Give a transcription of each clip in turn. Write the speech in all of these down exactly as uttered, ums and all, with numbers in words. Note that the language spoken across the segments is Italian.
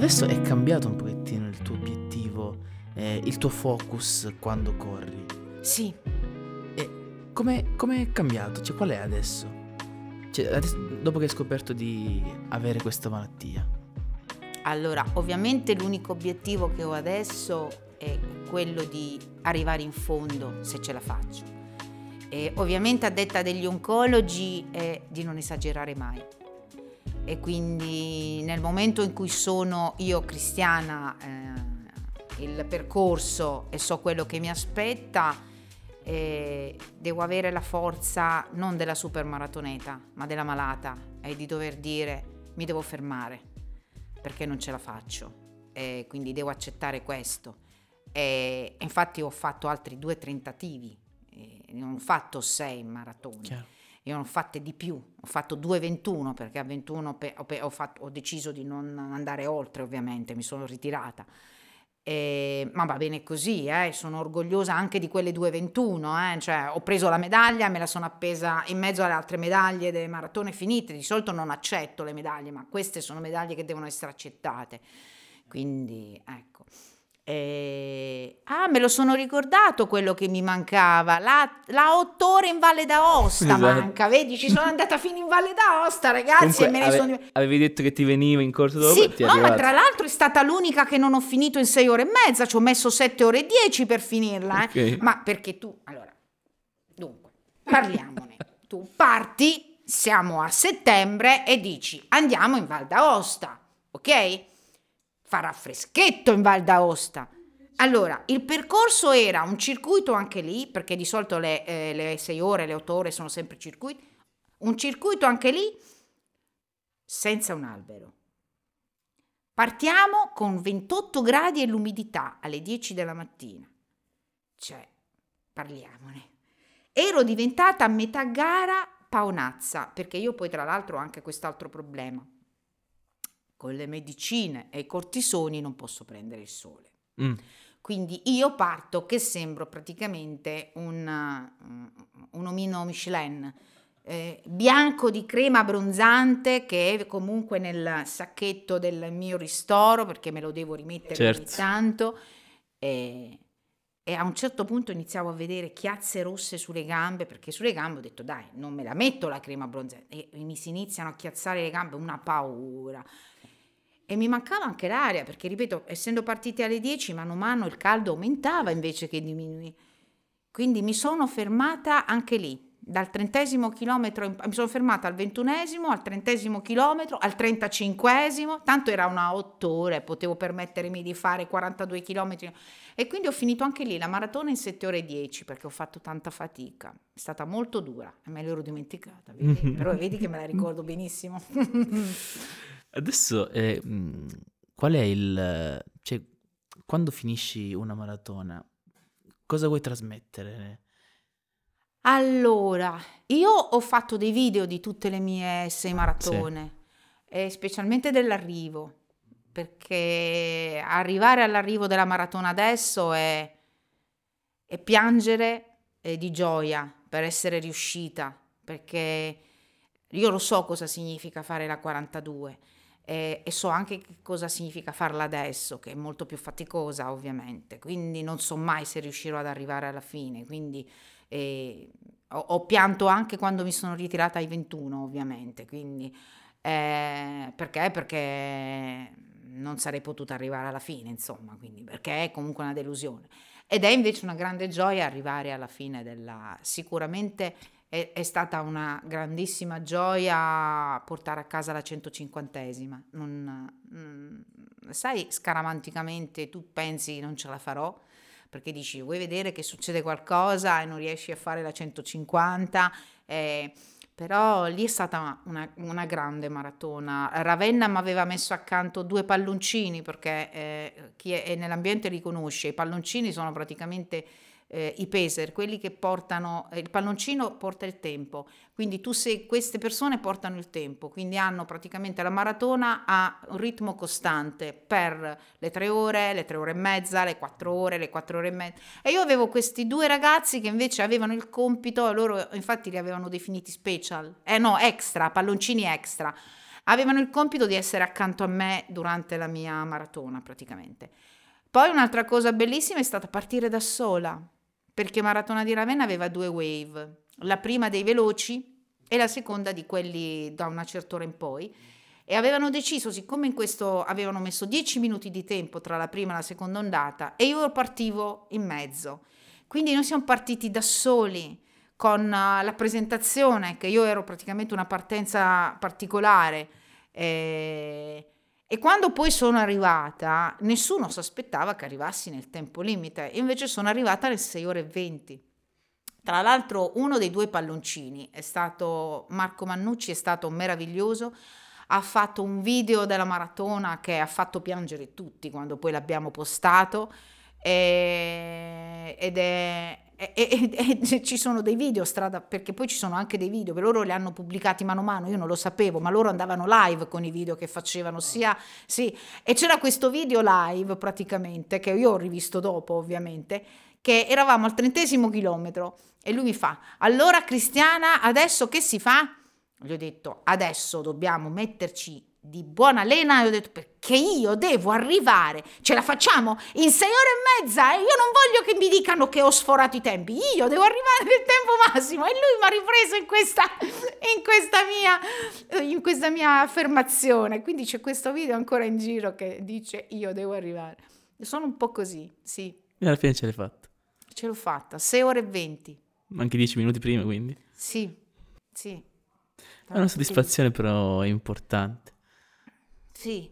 adesso è cambiato un pochettino il tuo obiettivo, eh, il tuo focus quando corri. Sì. E come è cambiato? Cioè, qual è adesso? Cioè, adesso, dopo che hai scoperto di avere questa malattia. Allora, ovviamente l'unico obiettivo che ho adesso è quello di arrivare in fondo, se ce la faccio. E ovviamente, a detta degli oncologi, è di non esagerare mai. E quindi nel momento in cui sono io cristiana, eh, il percorso e so quello che mi aspetta, eh, devo avere la forza non della supermaratoneta, ma della malata, e di dover dire: mi devo fermare perché non ce la faccio, e quindi devo accettare questo. E infatti ho fatto altri due tentativi, e non ho fatto sei maratone. Chiaro. Io non ho fatte di più, ho fatto due ventuno, perché a ventuno pe- ho, pe- ho, fatto, ho deciso di non andare oltre, ovviamente, mi sono ritirata. E, ma va bene così, eh, sono orgogliosa anche di quelle due ventuno, eh, cioè ho preso la medaglia, me la sono appesa in mezzo alle altre medaglie delle maratone finite. Di solito non accetto le medaglie, ma queste sono medaglie che devono essere accettate, quindi ecco. E... ah, me lo sono ricordato quello che mi mancava, la, la otto ore in Valle d'Aosta. Esatto. Manca, vedi, ci sono andata fino in Valle d'Aosta, ragazzi. Comunque, e me ne ave- sono... avevi detto che ti veniva in corso dopo. Sì, no, ma tra l'altro è stata l'unica che non ho finito in sei ore e mezza, ci ho messo sette ore e dieci per finirla, eh. Okay. Ma perché tu, allora, dunque, parliamone. Tu parti, siamo a settembre e dici: andiamo in Val d'Aosta, ok? Farà freschetto in Val d'Aosta. Allora, il percorso era un circuito anche lì, perché di solito le, eh, le sei ore, le otto ore sono sempre circuiti, un circuito anche lì senza un albero. Partiamo con ventotto gradi e l'umidità alle dieci della mattina. Cioè, parliamone. Ero diventata a metà gara paonazza, perché io poi tra l'altro ho anche quest'altro problema. Con le medicine e i cortisoni non posso prendere il sole. Mm. Quindi io parto che sembro praticamente un, un omino Michelin, eh, bianco di crema abbronzante, che è comunque nel sacchetto del mio ristoro, perché me lo devo rimettere Certo. ogni tanto. E, e a un certo punto iniziavo a vedere chiazze rosse sulle gambe, perché sulle gambe ho detto: dai, non me la metto la crema abbronzante. E mi si iniziano a chiazzare le gambe, una paura. E mi mancava anche l'aria, perché ripeto, essendo partite alle dieci, mano a mano il caldo aumentava invece che diminuì. Quindi mi sono fermata anche lì, dal trentesimo chilometro, in, mi sono fermata al ventunesimo, al trentesimo chilometro, al trentacinquesimo, tanto era una otto ore, potevo permettermi di fare quarantadue chilometri, e quindi ho finito anche lì la maratona in sette ore e dieci, perché ho fatto tanta fatica, è stata molto dura e me l'ero dimenticata, vedi? Però vedi che me la ricordo benissimo. Adesso, eh, mh, qual è il... cioè, quando finisci una maratona, cosa vuoi trasmettere? Allora, io ho fatto dei video di tutte le mie sei maratone, e specialmente dell'arrivo, perché arrivare all'arrivo della maratona adesso è, è piangere eh, di gioia per essere riuscita, perché io lo so cosa significa fare la quarantadue. E, e so anche che cosa significa farla adesso, che è molto più faticosa ovviamente, quindi non so mai se riuscirò ad arrivare alla fine, quindi eh, ho, ho pianto anche quando mi sono ritirata ai ventuno ovviamente, quindi eh, perché? Perché non sarei potuta arrivare alla fine, insomma, quindi perché è comunque una delusione. Ed è invece una grande gioia arrivare alla fine della... Sicuramente è, è stata una grandissima gioia portare a casa la centocinquantesima. Non, mm, sai, scaramanticamente tu pensi non ce la farò, perché dici vuoi vedere che succede qualcosa e non riesci a fare la centocinquanta, eh, però lì è stata una, una grande maratona. Ravenna mi aveva messo accanto due palloncini, perché eh, chi è, è nell'ambiente li conosce, i palloncini sono praticamente eh, i pacer, quelli che portano, eh, il palloncino porta il tempo, quindi tu sei, queste persone portano il tempo, quindi hanno praticamente la maratona a un ritmo costante per le tre ore, le tre ore e mezza, le quattro ore, le quattro ore e mezza, e io avevo questi due ragazzi che invece avevano il compito, loro infatti li avevano definiti special, eh no, extra, palloncini extra. avevano il compito di essere accanto a me durante la mia maratona praticamente. Poi un'altra cosa bellissima è stata partire da sola, perché Maratona di Ravenna aveva due wave, la prima dei veloci e la seconda di quelli da una certa ora in poi, e avevano deciso, siccome in questo avevano messo dieci minuti di tempo tra la prima e la seconda ondata, e io partivo in mezzo, quindi noi siamo partiti da soli con uh, la presentazione, che io ero praticamente una partenza particolare, eh, e quando poi sono arrivata nessuno si aspettava che arrivassi nel tempo limite, io invece sono arrivata alle sei ore e venti. Tra l'altro uno dei due palloncini è stato Marco Mannucci, è stato meraviglioso, ha fatto un video della maratona che ha fatto piangere tutti quando poi l'abbiamo postato, e, ed è E, e, e ci sono dei video strada, perché poi ci sono anche dei video, loro li hanno pubblicati mano a mano, io non lo sapevo, ma loro andavano live con i video che facevano, sia sì, e c'era questo video live praticamente, che io ho rivisto dopo ovviamente, che eravamo al trentesimo chilometro e lui mi fa: allora Cristiana, adesso che si fa? Gli ho detto: adesso dobbiamo metterci di buona lena, e ho detto, perché io devo arrivare, ce la facciamo in sei ore e mezza, e io non voglio che mi dicano che ho sforato i tempi, io devo arrivare nel tempo massimo. E lui mi ha ripreso in questa, in questa mia in questa mia affermazione, quindi c'è questo video ancora in giro che dice io devo arrivare. Sono un po' così, sì. E alla fine ce l'hai fatta. Ce l'ho fatta, sei ore e venti. Anche dieci minuti prima, quindi. Sì, sì. È una soddisfazione però importante. Sì,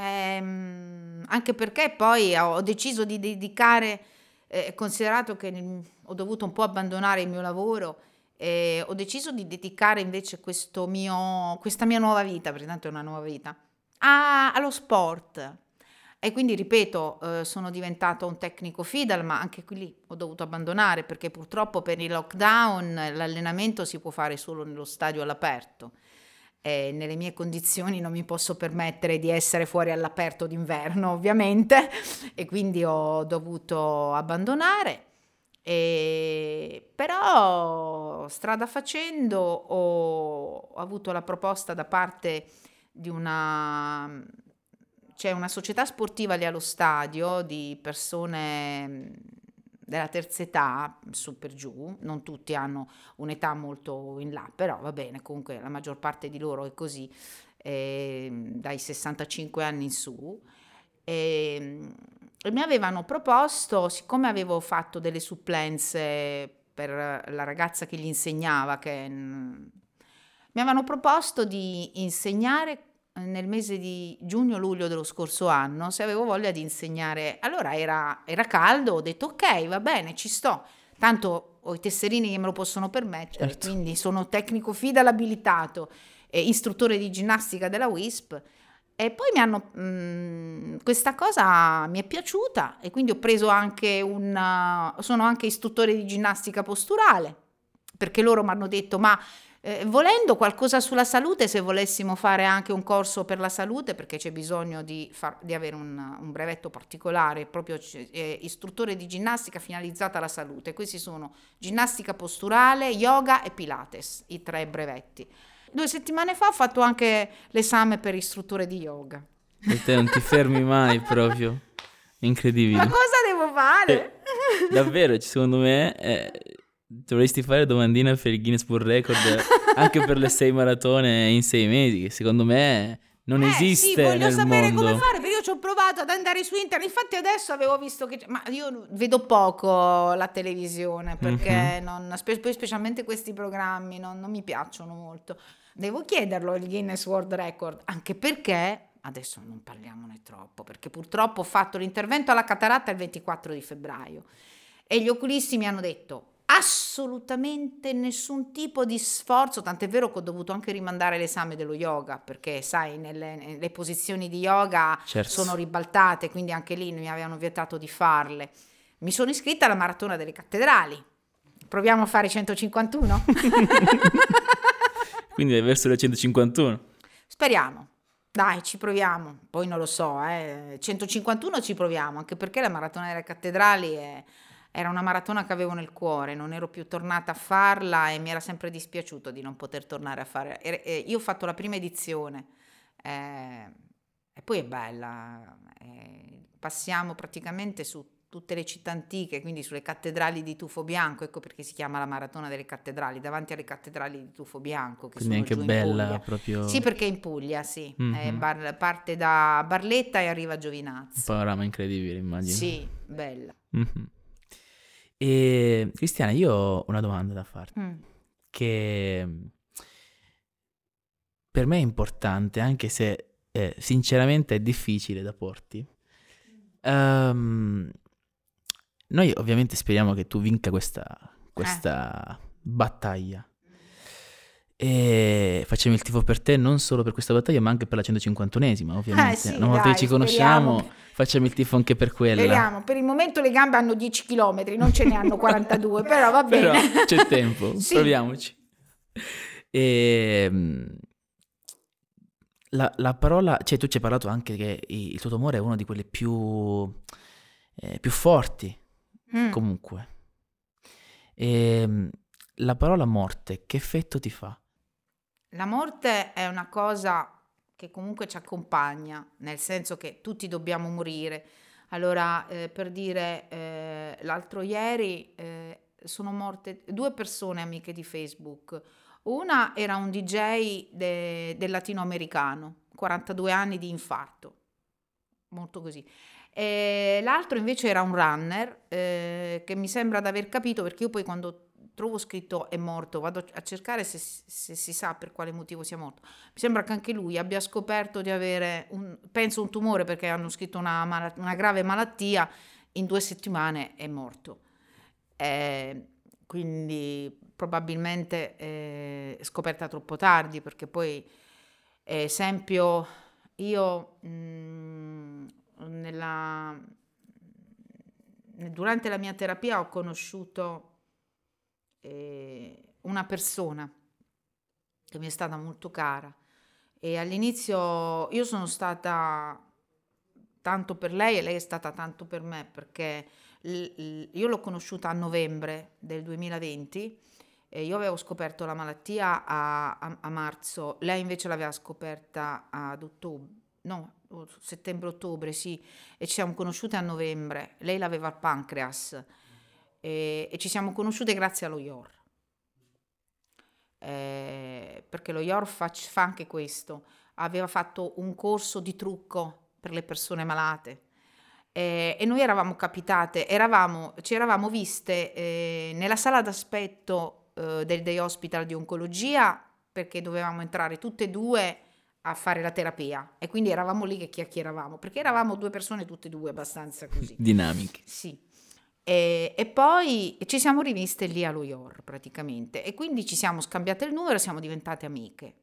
ehm, anche perché poi ho deciso di dedicare, eh, considerato che nel- ho dovuto un po' abbandonare il mio lavoro, eh, ho deciso di dedicare invece questo mio, questa mia nuova vita, perché tanto è una nuova vita, a- allo sport. E quindi, ripeto, eh, sono diventato un tecnico FIDAL, ma anche qui lì ho dovuto abbandonare perché purtroppo per il lockdown l'allenamento si può fare solo nello stadio all'aperto. E nelle mie condizioni non mi posso permettere di essere fuori all'aperto d'inverno, ovviamente, e quindi ho dovuto abbandonare. E però strada facendo ho, ho avuto la proposta da parte di una, c'è una società sportiva lì allo stadio di persone mh, della terza età, su per giù, non tutti hanno un'età molto in là, però va bene, comunque la maggior parte di loro è così, eh, dai sessantacinque anni in su, e, e mi avevano proposto, siccome avevo fatto delle supplenze per la ragazza che gli insegnava, che mm, mi avevano proposto di insegnare nel mese di giugno-luglio dello scorso anno, se avevo voglia di insegnare. Allora era, era caldo, ho detto ok, va bene, ci sto, tanto ho i tesserini che me lo possono permettere, Certo. quindi sono tecnico FIDAL abilitato, e istruttore di ginnastica della W I S P, e poi mi hanno mh, questa cosa mi è piaciuta, e quindi ho preso anche un, sono anche istruttore di ginnastica posturale, perché loro mi hanno detto: ma eh, volendo qualcosa sulla salute, se volessimo fare anche un corso per la salute, perché c'è bisogno di, far, di avere un, un brevetto particolare, proprio eh, istruttore di ginnastica finalizzata alla salute. Questi sono ginnastica posturale, yoga e pilates, i tre brevetti. Due settimane fa ho fatto anche l'esame per istruttore di yoga. E te non ti fermi mai proprio. Incredibile. Ma cosa devo fare? Eh, davvero, secondo me eh, dovresti fare domandina per il Guinness World Record anche per le sei maratone in sei mesi, che secondo me non Eh esiste sì, voglio nel sapere mondo. come fare, perché io ci ho provato ad andare su internet, infatti adesso avevo visto che, ma io vedo poco la televisione, perché Mhm. non, spe- poi specialmente questi programmi non, non mi piacciono molto. Devo chiederlo il Guinness World Record, anche perché, adesso non parliamone troppo, perché purtroppo ho fatto l'intervento alla cataratta il ventiquattro di febbraio e gli oculisti mi hanno detto assolutamente nessun tipo di sforzo, tant'è vero che ho dovuto anche rimandare l'esame dello yoga, perché sai, nelle, nelle posizioni di yoga Certo. sono ribaltate, quindi anche lì mi avevano vietato di farle. Mi sono iscritta alla maratona delle cattedrali. Proviamo a fare centocinquantuno? Quindi verso le centocinquantuno. Speriamo. Dai, ci proviamo. Poi non lo so, eh. centocinquantuno ci proviamo, anche perché la maratona delle cattedrali è- era una maratona che avevo nel cuore, non ero più tornata a farla e mi era sempre dispiaciuto di non poter tornare a fare. e- e- Io ho fatto la prima edizione, Eh, e poi è bella, eh, passiamo praticamente su tutte le città antiche, quindi sulle cattedrali di tufo bianco, ecco perché si chiama la maratona delle cattedrali, davanti alle cattedrali di tufo bianco che Quindi sono anche giù in bella Puglia. Sì, proprio. perché è in Puglia, sì, eh, Mhm. Bar- parte da Barletta e arriva a Un Giovinazzo. panorama incredibile, immagino. Sì, bella. Mhm. E Cristiana, io ho una domanda da farti, Mm. che mm, per me è importante, anche se eh, sinceramente è difficile da porti. Ehm, Noi ovviamente speriamo che tu vinca questa, Eh. questa battaglia. E facciamo il tifo per te non solo per questa battaglia, ma anche per la centocinquantunesima, Eh ovviamente. Una sì, volta che ci dai, speriamo. conosciamo, facciamo il tifo anche per quella. Speriamo. Per il momento le gambe hanno dieci chilometri, non ce ne hanno quarantadue, però va Però bene. c'è tempo, Sì. proviamoci. E, mm, la, la parola, cioè tu ci hai parlato anche che il tuo tumore è uno di quelli più, eh, più forti, Mm. comunque. E, mm, la parola morte, che effetto ti fa? La morte è una cosa che comunque ci accompagna, nel senso che tutti dobbiamo morire. Allora, eh, per dire, eh, l'altro ieri eh, sono morte due persone amiche di Facebook. Una era un D J de- del latinoamericano, quarantadue anni di infarto, molto così. E l'altro invece era un runner eh, che mi sembra di aver capito perché io poi quando trovo scritto è morto vado a cercare se, se si sa per quale motivo sia morto. Mi sembra che anche lui abbia scoperto di avere un, penso un tumore perché hanno scritto una, mala- una grave malattia, in due settimane è morto. Eh, quindi probabilmente eh, è scoperta troppo tardi perché poi eh, esempio io mh, nella, durante la mia terapia ho conosciuto eh, una persona che mi è stata molto cara e all'inizio io sono stata tanto per lei e lei è stata tanto per me perché l- l- io l'ho conosciuta a novembre del duemilaventi e io avevo scoperto la malattia a, a- a marzo, lei invece l'aveva scoperta ad ottobre, no, settembre-ottobre, sì, e ci siamo conosciute a novembre. Lei l'aveva al pancreas e, e ci siamo conosciute grazie allo I O R. Eh, perché lo I O R fa, fa anche questo. Aveva fatto un corso di trucco per le persone malate. Eh, e noi eravamo capitate, eravamo, ci eravamo viste eh, nella sala d'aspetto eh, del day hospital di oncologia perché dovevamo entrare tutte e due a fare la terapia e quindi eravamo lì che chiacchieravamo perché eravamo due persone tutte e due abbastanza così. Dinamiche. Sì. E, e poi ci siamo riviste lì allo I O R praticamente e quindi ci siamo scambiate il numero e siamo diventate amiche.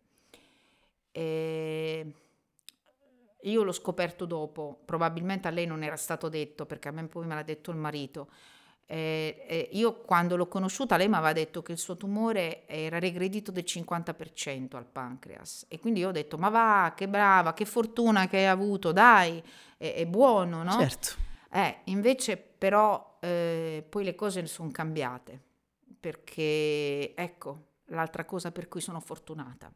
E io l'ho scoperto dopo, probabilmente a lei non era stato detto perché a me poi me l'ha detto il marito. Eh, eh, io quando l'ho conosciuta lei mi aveva detto che il suo tumore era regredito del cinquanta per cento al pancreas e quindi io ho detto ma va, che brava, che fortuna che hai avuto, dai, è, è buono, no? Certo. Eh, invece però eh, poi le cose sono cambiate perché ecco l'altra cosa per cui sono fortunata.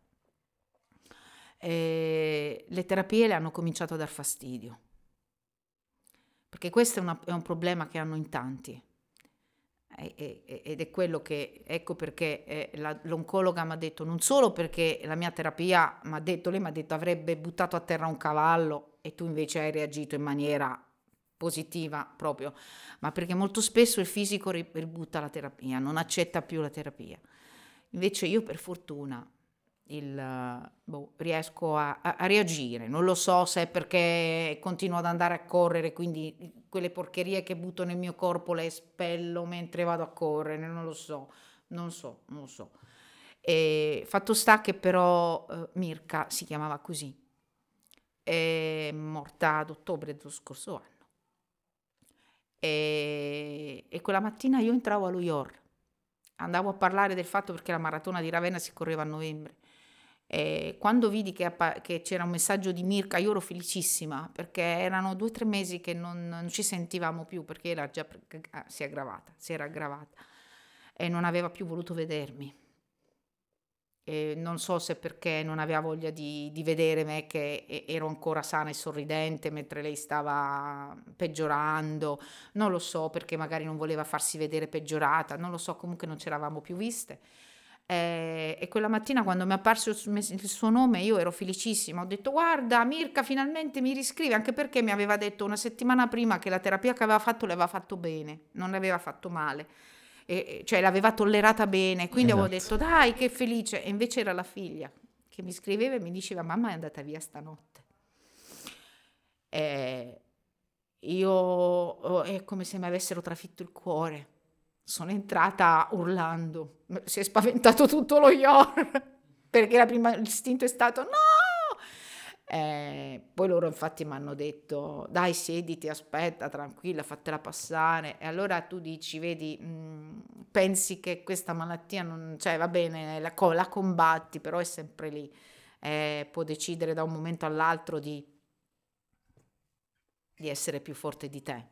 Eh, le terapie le hanno cominciato a dar fastidio perché questo è, una- è un problema che hanno in tanti. E- e- Ed è quello che, ecco perché eh, la- l'oncologa mi ha detto, non solo perché la mia terapia mi ha detto, lei mi ha detto avrebbe buttato a terra un cavallo e tu invece hai reagito in maniera positiva proprio, ma perché molto spesso il fisico ri- ributta la terapia, non accetta più la terapia. Invece io per fortuna il, eh, boh, riesco a, a- a reagire. Non lo so se è perché continuo ad andare a correre, quindi quelle porcherie che butto nel mio corpo le espello mentre vado a correre, non lo so, non so, non lo so. E fatto sta che però eh, Mirka si chiamava così, è morta ad ottobre dello scorso anno. E, e quella mattina io entravo allo I O R, andavo a parlare del fatto perché la maratona di Ravenna si correva a novembre. E quando vidi che, appa- che c'era un messaggio di Mirka, io ero felicissima perché erano due o tre mesi che non, non ci sentivamo più perché era già, ah, si è aggravata, si era aggravata e non aveva più voluto vedermi. E non so se perché non aveva voglia di, di vedere me che e- ero ancora sana e sorridente mentre lei stava peggiorando, non lo so, perché magari non voleva farsi vedere peggiorata, non lo so, comunque non ci eravamo più viste. Eh, e quella mattina quando mi è apparso il, su- il suo nome io ero felicissima, ho detto guarda Mirka finalmente mi riscrive, anche perché mi aveva detto una settimana prima che la terapia che aveva fatto le aveva fatto bene, non le aveva fatto male, e, cioè l'aveva tollerata bene, quindi avevo Esatto. detto dai che felice, e invece era la figlia che mi scriveva e mi diceva mamma è andata via stanotte. E io oh, è come se mi avessero trafitto il cuore. Sono entrata urlando, M- si è spaventato tutto lo York perché la prima l'istinto è stato no! Eh, poi loro infatti mi hanno detto dai siediti, aspetta, tranquilla, fatela passare. E allora tu dici, vedi, mh, pensi che questa malattia non, cioè va bene, la, co- la combatti, però è sempre lì. Eh, può decidere da un momento all'altro di, di essere più forte di te.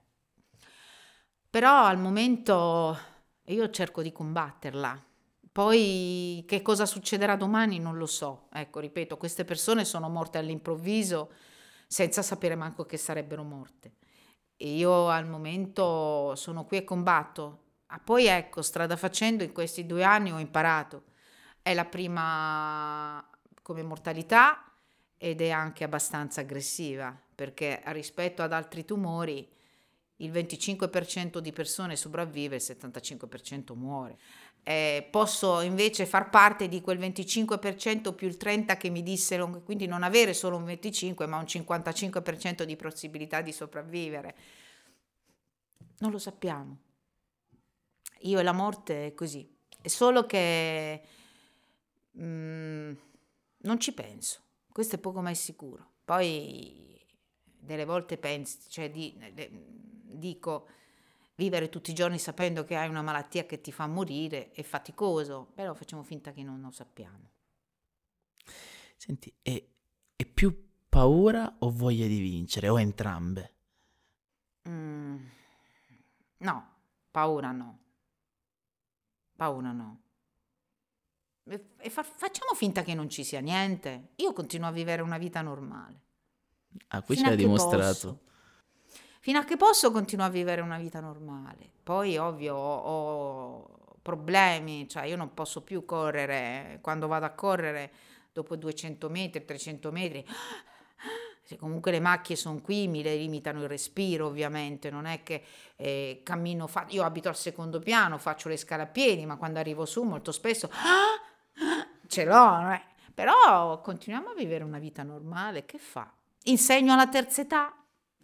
Però al momento io cerco di combatterla. Poi che cosa succederà domani non lo so. Ecco, ripeto, queste persone sono morte all'improvviso senza sapere manco che sarebbero morte. E io al momento sono qui e combatto. Ah, poi ecco, strada facendo in questi due anni ho imparato. È la prima come mortalità ed è anche abbastanza aggressiva perché rispetto ad altri tumori il venticinque per cento di persone sopravvive, il settantacinque per cento muore. Eh, posso invece far parte di quel venticinque per cento più il trenta per cento che mi dissero, quindi non avere solo un venticinque ma un cinquantacinque per cento di possibilità di sopravvivere. Non lo sappiamo. Io e la morte è così. È solo che mm, non ci penso. Questo è poco ma è sicuro. Poi delle volte penso, cioè di, le- dico, vivere tutti i giorni sapendo che hai una malattia che ti fa morire è faticoso, però facciamo finta che non lo sappiamo. Senti, è, è più paura o voglia di vincere, o entrambe? Mm, no, paura no, paura no. E, e fa- facciamo finta che non ci sia niente. Io continuo a vivere una vita normale. Ah, qui ce Fino a l'ha che dimostrato. posso. Fino a che posso continuo a vivere una vita normale. Poi, ovvio, ho, ho problemi, cioè io non posso più correre. Quando vado a correre, dopo duecento metri, trecento metri, se comunque le macchie sono qui, mi le limitano il respiro, ovviamente. Non è che eh, cammino, fa- io abito al secondo piano, faccio le scale a piedi, ma quando arrivo su molto spesso ce l'ho, eh. Però continuiamo a vivere una vita normale. Che fa? Insegno alla terza età?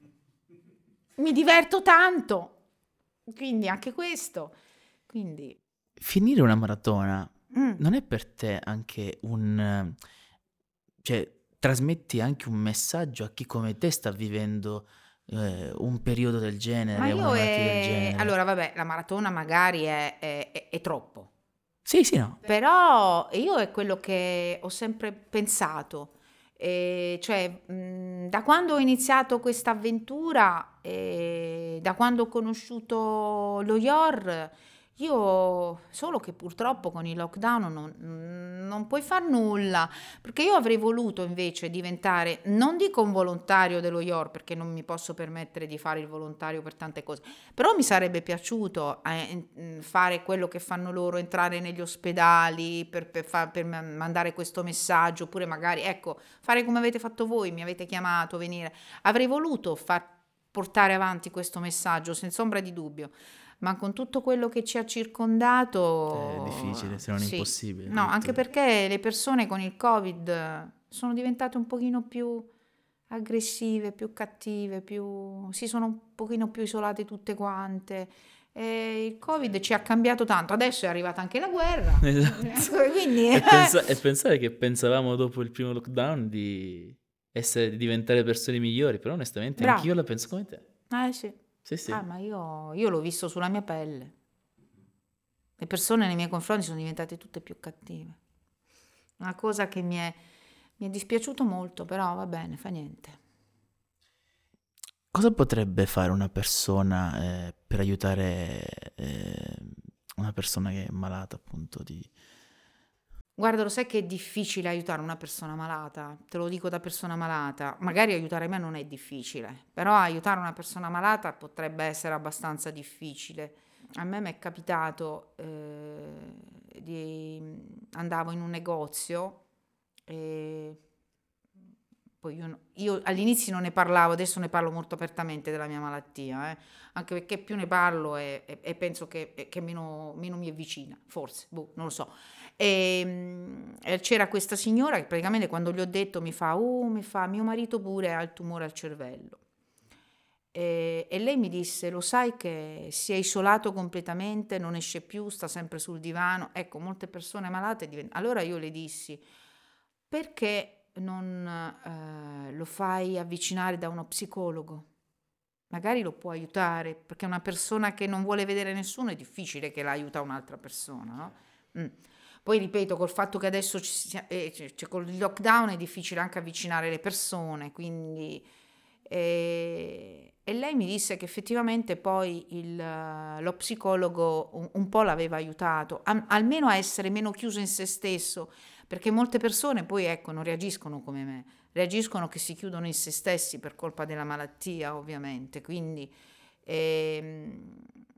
Mi diverto tanto, quindi anche questo. Quindi, Finire una maratona mm, non è per te anche un... eh, cioè, trasmetti anche un messaggio a chi come te sta vivendo eh, un periodo del ma genere, una io malattia del è... genere? Allora, vabbè, la maratona magari è, è- è- è troppo, Sì, sì, no. però io è quello che ho sempre pensato. Eh, cioè, mh, da quando ho iniziato questa avventura, eh, da quando ho conosciuto lo I O R, io solo che purtroppo con il lockdown non, non puoi far nulla, perché io avrei voluto invece diventare, non dico un volontario dello I O R, perché non mi posso permettere di fare il volontario per tante cose, però mi sarebbe piaciuto eh, mm, fare quello che fanno loro, entrare negli ospedali per, per fa- per ma- mandare questo messaggio, oppure magari, ecco, fare come avete fatto voi, mi avete chiamato, venire. Avrei voluto far portare avanti questo messaggio, senza ombra di dubbio, ma con tutto quello che ci ha È difficile, circondato, se non sì. impossibile No, anche addirittura. perché le persone con il Covid sono diventate un pochino più aggressive, più cattive, più... si sono un pochino più isolate tutte quante. E il Covid ci ha cambiato tanto. Adesso è arrivata anche la guerra. Esatto. Quindi, E, pensa- e pensare che pensavamo dopo il primo lockdown di essere, di diventare persone migliori, però onestamente bravo. anch'io la penso come te. Eh sì. Sì, sì. Ah, ma io, io l'ho visto sulla mia pelle. Le persone nei miei confronti sono diventate tutte più cattive. Una cosa che mi è, mi è dispiaciuto molto, però va bene, fa niente. Cosa potrebbe fare una persona eh, per aiutare eh, una persona che è malata appunto di... Guarda, lo sai che è difficile aiutare una persona malata? Te lo dico da persona malata. Magari aiutare me non è difficile, però aiutare una persona malata potrebbe essere abbastanza difficile. A me mi è capitato, eh, di... andavo in un negozio e poi io, no- io all'inizio non ne parlavo, adesso ne parlo molto apertamente della mia malattia, eh, anche perché più ne parlo e, e- e penso che, che meno, meno mi avvicina, forse, boh, non lo so. E, mm, e c'era questa signora che praticamente quando gli ho detto mi fa, oh, mi fa, mio marito pure ha il tumore al cervello. E, e lei mi disse, lo sai che si è isolato completamente, non esce più, sta sempre sul divano. Ecco, molte persone malate divent- Allora io le dissi, perché non eh, lo fai avvicinare da uno psicologo? Magari lo può aiutare, perché una persona che non vuole vedere nessuno è difficile che la aiuta un'altra persona, no? Mm. Poi ripeto, col fatto che adesso ci sia- eh, c'è, c'è- con il lockdown è difficile anche avvicinare le persone, quindi... eh, e lei mi disse che effettivamente poi il, eh, lo psicologo un, un po' l'aveva aiutato, a- almeno a essere meno chiuso in se stesso, perché molte persone poi ecco non reagiscono come me, reagiscono che si chiudono in se stessi per colpa della malattia, ovviamente. Quindi, ehm,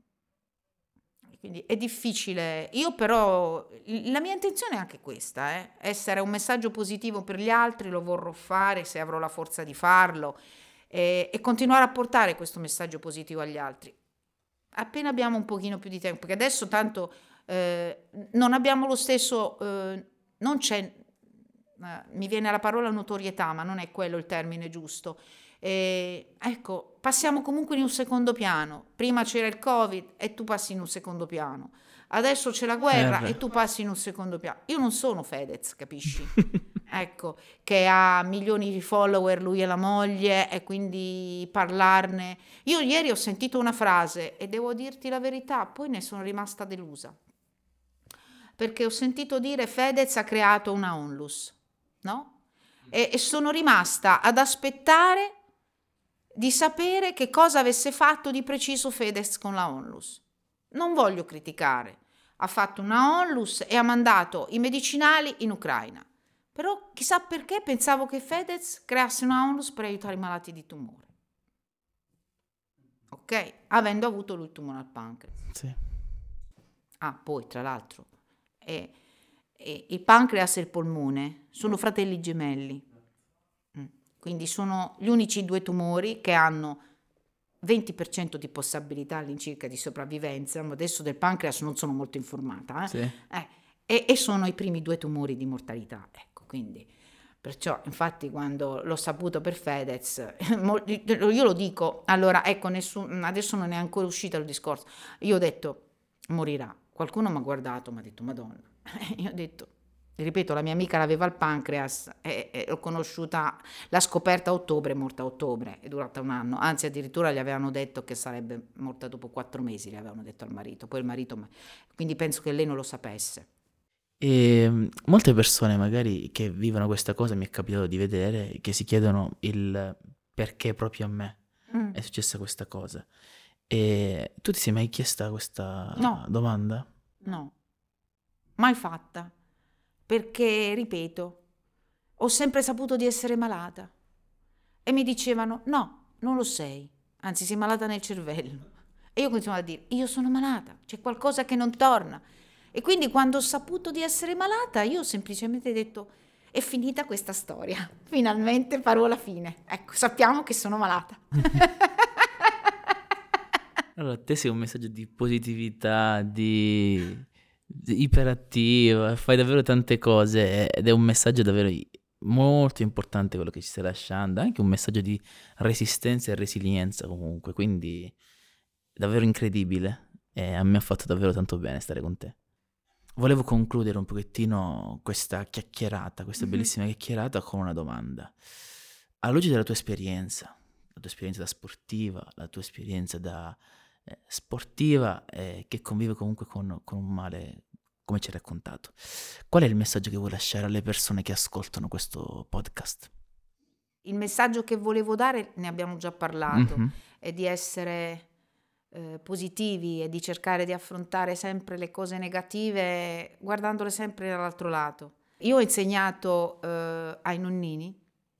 quindi è difficile. Io però, la mia intenzione è anche questa, eh, essere un messaggio positivo per gli altri, lo vorrò fare se avrò la forza di farlo e, e continuare a portare questo messaggio positivo agli altri. Appena abbiamo un pochino più di tempo, perché adesso tanto eh, non abbiamo lo stesso, eh, non c'è, eh, mi viene la parola notorietà, ma non è quello il termine giusto. Eh, ecco, passiamo comunque in un secondo piano. Prima c'era il Covid e tu passi in un secondo piano. Adesso c'è la Eh guerra beh. e tu passi in un secondo piano. Io non sono Fedez, capisci? Ecco, che ha milioni di follower, lui e la moglie, e quindi parlarne. Io ieri ho sentito una frase e devo dirti la verità, poi ne sono rimasta delusa. Perché ho sentito dire Fedez ha creato una onlus, no? E, e sono rimasta ad aspettare di sapere che cosa avesse fatto di preciso Fedez con la onlus. Non voglio criticare. Ha fatto una onlus e ha mandato i medicinali in Ucraina. Però chissà perché pensavo che Fedez creasse una onlus per aiutare i malati di tumore. Ok? Avendo avuto lui il tumore al pancreas. Sì. Ah, poi tra l'altro, eh, eh, il pancreas e il polmone sono fratelli gemelli. Mm. Quindi sono gli unici due tumori che hanno venti per cento di possibilità all'incirca di sopravvivenza, ma adesso del pancreas non sono molto informata, eh? Sì. Eh, e, e sono i primi due tumori di mortalità, ecco, quindi perciò infatti quando l'ho saputo per Fedez, mo- io lo dico, allora ecco, nessun, adesso non è ancora uscito il discorso, io ho detto morirà, qualcuno mi ha guardato, mi ha detto Madonna, io ho detto, ripeto, la mia amica l'aveva al pancreas e, e l'ho conosciuta, l'ha scoperta a ottobre, è morta a ottobre, è durata un anno, anzi addirittura gli avevano detto che sarebbe morta dopo quattro mesi, gli avevano detto al marito, poi il marito, ma- quindi penso che lei non lo sapesse. E mm, molte persone magari che vivono questa cosa mi è capitato di vedere che si chiedono il perché proprio a me Mm, è successa questa cosa. E tu ti sei mai chiesta questa no, domanda? no, mai fatta, perché, ripeto, ho sempre saputo di essere malata e mi dicevano no, non lo sei, anzi sei malata nel cervello. E io continuavo a dire, io sono malata, c'è qualcosa che non torna. E quindi quando ho saputo di essere malata, io ho semplicemente detto, è finita questa storia, finalmente parola fine. Ecco, sappiamo che sono malata. Allora, te sei un messaggio di positività, di, di iperattiva, fai davvero tante cose ed è un messaggio davvero i- molto importante quello che ci stai lasciando, anche un messaggio di resistenza e resilienza comunque, quindi davvero incredibile e a me ha fatto davvero tanto bene stare con te. Volevo concludere un pochettino questa chiacchierata, questa Mhm. bellissima chiacchierata con una domanda. Alla luce della tua esperienza, la tua esperienza da sportiva, la tua esperienza da eh, sportiva eh, che convive comunque con, con un male, come ci hai raccontato, qual è il messaggio che vuoi lasciare alle persone che ascoltano questo podcast? Il messaggio che volevo dare, ne abbiamo già parlato, Mhm. è di essere eh, positivi e di cercare di affrontare sempre le cose negative guardandole sempre dall'altro lato. Io ho insegnato eh, ai nonnini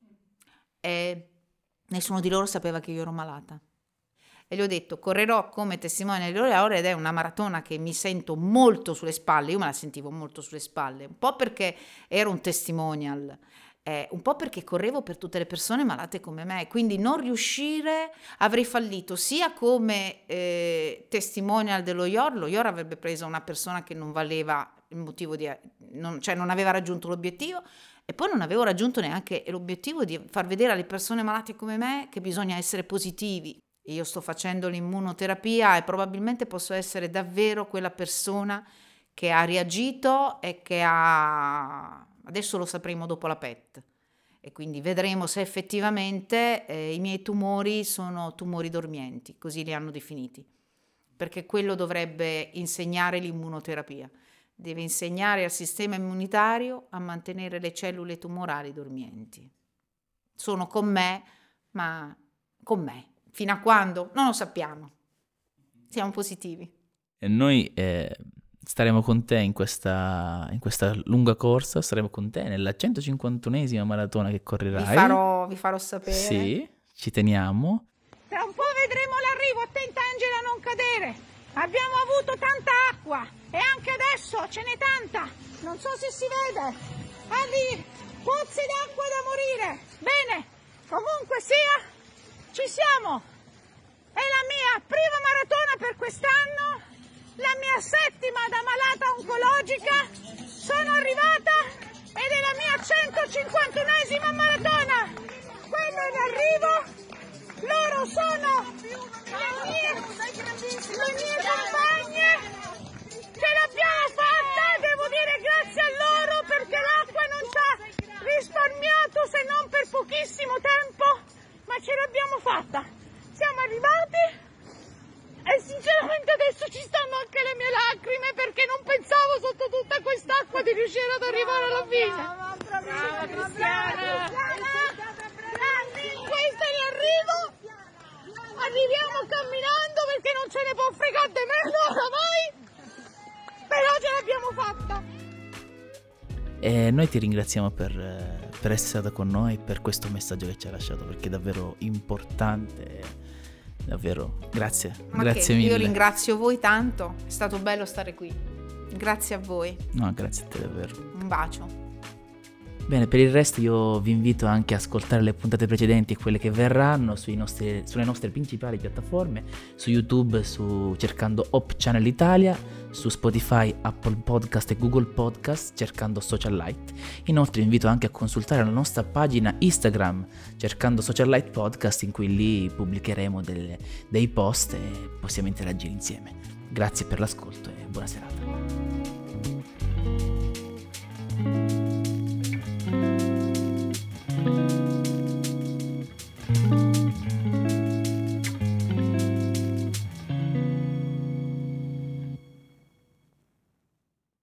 e nessuno di loro sapeva che io ero malata. E gli ho detto, correrò come testimone delle ore ed è una maratona che mi sento molto sulle spalle, io me la sentivo molto sulle spalle, un po' perché ero un testimonial, eh, un po' perché correvo per tutte le persone malate come me, quindi non riuscire, avrei fallito sia come eh, testimonial dello I O R, lo I O R avrebbe preso una persona che non valeva il motivo di, non, cioè non aveva raggiunto l'obiettivo, e poi non avevo raggiunto neanche l'obiettivo di far vedere alle persone malate come me che bisogna essere positivi. Io sto facendo l'immunoterapia e probabilmente posso essere davvero quella persona che ha reagito e che ha... adesso lo sapremo dopo la P E T e quindi vedremo se effettivamente eh, i miei tumori sono tumori dormienti, così li hanno definiti, perché quello dovrebbe insegnare l'immunoterapia, deve insegnare al sistema immunitario a mantenere le cellule tumorali dormienti. Sono con me, ma con me. Fino a quando? Non lo sappiamo. Siamo positivi. E noi eh, staremo con te in questa, in questa lunga corsa, staremo con te nella centocinquantunesima maratona che correrai. Vi farò, vi farò sapere. Sì, ci teniamo. Tra un po' vedremo l'arrivo, attenta Angela a non cadere. Abbiamo avuto tanta acqua e anche adesso ce n'è tanta. Non so se si vede. Ah lì, pozze d'acqua da morire. Bene, comunque sia... ci siamo! È la mia prima maratona per quest'anno, la mia settima da malata oncologica. Sono arrivata ed è la mia centocinquantunesima maratona. Quello in arrivo, loro sono le mie, le mie compagne. Ce l'abbiamo fatta, devo dire grazie a loro perché l'acqua non ci ha risparmiato se non per pochissimo tempo. Ma ce l'abbiamo fatta, siamo arrivati e sinceramente adesso ci stanno anche le mie lacrime perché non pensavo sotto tutta quest'acqua di riuscire ad arrivare alla fine. Brava Cristiana! Questa in arrivo, arriviamo camminando perché non ce ne può fregare di meno oramai, però ce l'abbiamo fatta. E noi ti ringraziamo per, per essere stata con noi, per questo messaggio che ci hai lasciato, perché è davvero importante, davvero, grazie, Ma grazie che, mille. Io ringrazio voi tanto, è stato bello stare qui, grazie a voi. No, grazie a te davvero. Un bacio. Bene, per il resto io vi invito anche a ascoltare le puntate precedenti e quelle che verranno sui nostri, sulle nostre principali piattaforme, su YouTube su, cercando Hope Channel Italia, su Spotify, Apple Podcast e Google Podcast cercando Social Light. Inoltre vi invito anche a consultare la nostra pagina Instagram cercando Social Light Podcast, in cui lì pubblicheremo delle, dei post e possiamo interagire insieme. Grazie per l'ascolto e buona serata.